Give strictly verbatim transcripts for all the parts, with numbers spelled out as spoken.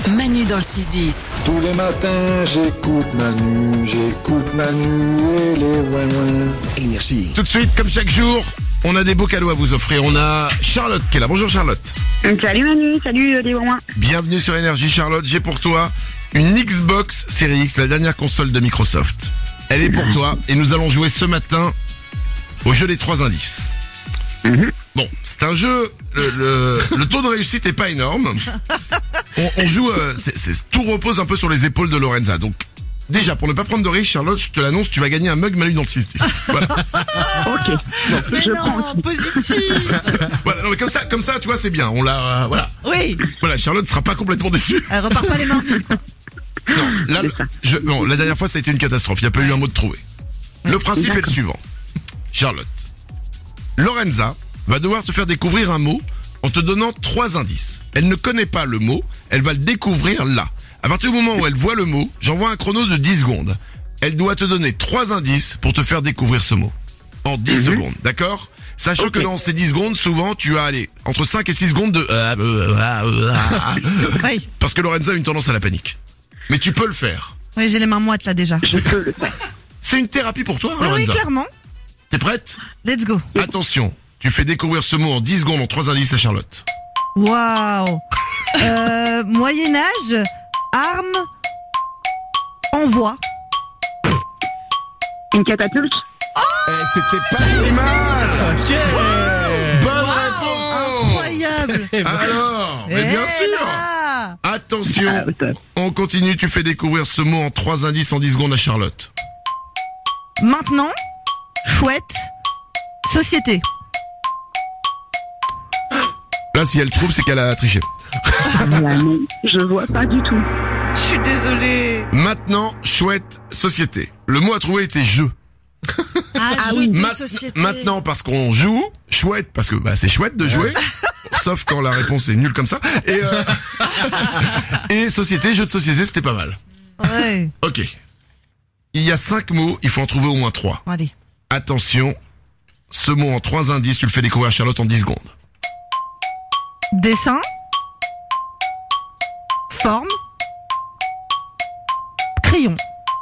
Manu dans le six dix. Tous les matins, j'écoute Manu, j'écoute Manu et les ouin-ouin. Énergie. Tout de suite, comme chaque jour, on a des beaux cadeaux à vous offrir. On a Charlotte qui est là. Bonjour Charlotte. Salut Manu, salut les ouin-ouin. Bienvenue sur Énergie Charlotte. J'ai pour toi une Xbox Series X, la dernière console de Microsoft. Elle est pour toi et nous allons jouer ce matin au jeu des trois indices. Mm-hmm. Bon, c'est un jeu, le, le, le taux de réussite est pas énorme. On, on joue, euh, c'est, c'est, tout repose un peu sur les épaules de Lorenza. Donc, déjà, pour ne pas prendre de risque, Charlotte, je te l'annonce, tu vas gagner un mug Manu dans le six dix. Voilà. Ok. Mais je non, prends. positif. Voilà, non, mais comme ça, comme ça, tu vois, c'est bien. On l'a, euh, voilà. Oui. Voilà, Charlotte sera pas complètement déçue. Elle repart pas les mains vides. Non, là, C'est ça. je, bon, la dernière fois, ça a été une catastrophe. Il n'y a pas eu un mot de trouvé. Le principe est le suivant. Charlotte, Lorenza va devoir te faire découvrir un mot en te donnant trois indices. Elle ne connaît pas le mot, elle va le découvrir là. À partir du moment où elle voit le mot, j'envoie un chrono de dix secondes. Elle doit te donner trois indices pour te faire découvrir ce mot. En dix Mm-hmm. secondes, d'accord? Sachant Ok. que dans ces dix secondes, souvent, tu as allez, entre cinq et six secondes de... euh, euh, euh, euh, euh, Oui. parce que Lorenza a une tendance à la panique. Mais tu peux le faire. Oui, j'ai les mains moites là déjà. Je peux le faire. C'est une thérapie pour toi, Oui, oui, Lorenza. clairement. T'es prête? Let's go. Attention, tu fais découvrir ce mot en dix secondes en trois indices à Charlotte. Waouh. Euh, Moyen-Âge, arme, envoi. Une catapulte. C'était pas si mal. Bonne réponse. Incroyable. Alors, mais bien Eh sûr. là. Attention, Ah, au top. on continue, tu fais découvrir ce mot en trois indices en dix secondes à Charlotte. Maintenant, chouette, société. Là, si elle trouve, c'est qu'elle a triché. Ah, non, je vois pas du tout. Je suis désolée. Maintenant, chouette société. Le mot à trouver était jeu. Ah, Ah jeu oui. de Ma- société. Maintenant, parce qu'on joue, chouette, parce que bah, c'est chouette de jouer, sauf quand la réponse est nulle comme ça. Et, euh, et société, jeu de société, c'était pas mal. Ouais. Ok. Il y a cinq mots, il faut en trouver au moins trois. Bon, allez. Attention, ce mot en trois indices, tu le fais découvrir à Charlotte en dix secondes. Dessin, forme, crayon.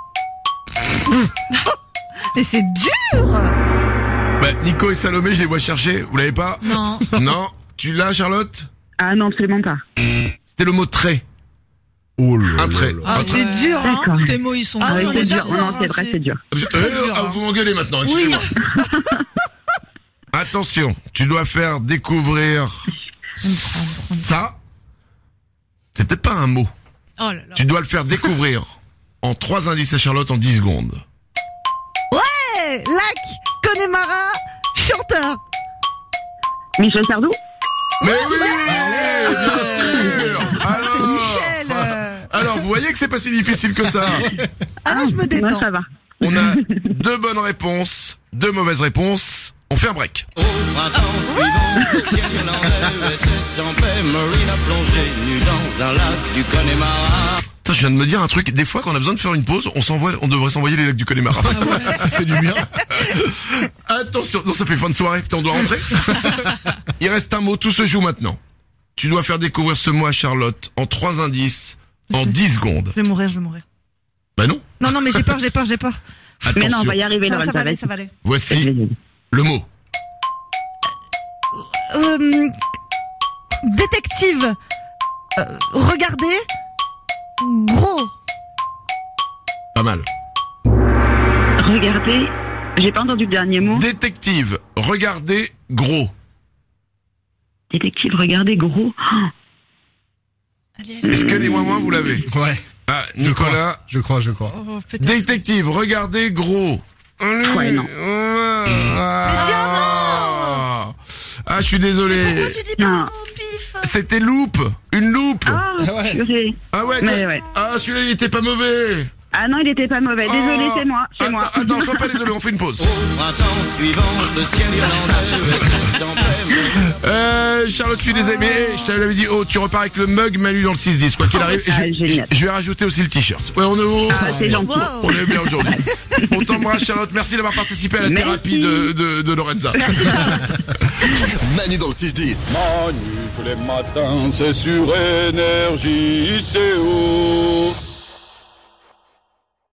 Mais c'est dur. Bah, Nico et Salomé, je les vois chercher, vous l'avez pas? Non. Non. Tu l'as, Charlotte? Ah non, absolument pas. C'était le mot trait. Oh là Un trait. Ah, Un trait. C'est dur, hein. D'accord. Tes mots, ils sont Ah, Ah oui, durs, on c'est est dur. d'accord, Non, hein, c'est vrai, c'est- c'est dur. Euh, très dur, ah, hein. vous m'engueulez maintenant, Oui. excusez-moi. Attention, tu dois faire découvrir ça. C'est peut-être pas un mot. Oh là là. Tu dois le faire découvrir en trois indices à Charlotte en dix secondes. Eh, Lac, Connemara, chanteur. Michel Sardou. Mais oui, bien sûr. C'est Alors, Michel. euh. alors, vous voyez que c'est pas si difficile que ça. Ah non, je me Moi, détends. ça va. On a deux bonnes réponses, deux mauvaises réponses. On fait un break. Au printemps suivant, le ciel l'enlève était en paix. Marine a plongé nu dans un lac du Connemara. Putain, je viens de me dire un truc. Des fois, quand on a besoin de faire une pause, on s'envoie, on devrait s'envoyer les lacs du Connemara. Ça fait du bien. Attention, non, ça fait fin de soirée, putain, on doit rentrer. Il reste un mot, tout se joue maintenant. Tu dois faire découvrir ce mot à Charlotte en trois indices, en dix secondes. Je vais mourir, je vais mourir. Bah non. Non, non, mais j'ai peur, j'ai peur, j'ai peur. Mais non, on Attention, va y arriver, Non, ça Lorenza. va aller, vas-y. ça va aller. voici le mot. Euh, détective. Euh, regardez. Gros. Pas mal. Regardez. J'ai pas entendu le dernier mot. Détective, regardez, gros. Détective, regardez, gros. Oh, Allez, allez. Est-ce que les moins moins vous l'avez? Ouais. Ah, Je crois. Nicolas. Je crois, je crois. Oh, peut-être. Détective, regardez, gros. Ouais, non. Ah, ah, je suis désolé. Pourquoi tu dis pas Non. un mot au pif? C'était loupe, une loupe. Ah, ouais. purée. Ah ouais, Mais t'as- ouais. ah celui-là il était pas mauvais. Ah non, il était pas mauvais. Désolé, Oh. c'est moi. C'est attends, moi. attends, sois pas désolé, on fait une pause. Printemps suivant, le ciel irlandais était en paix. Euh, Charlotte, je suis désolé, mais je t'avais dit, oh, tu repars avec le mug Manu dans le six dix, quoi qu'il arrive. Ah, je, génial. je vais rajouter aussi le t-shirt. Ouais, on est, on, Ah, c'est gentil. on est bien aujourd'hui. On t'embrasse, Charlotte. Merci d'avoir participé à la Merci. thérapie de, de, de Lorenza. Manu dans le six dix. Manu tous les matins, c'est sur énergie, c'est où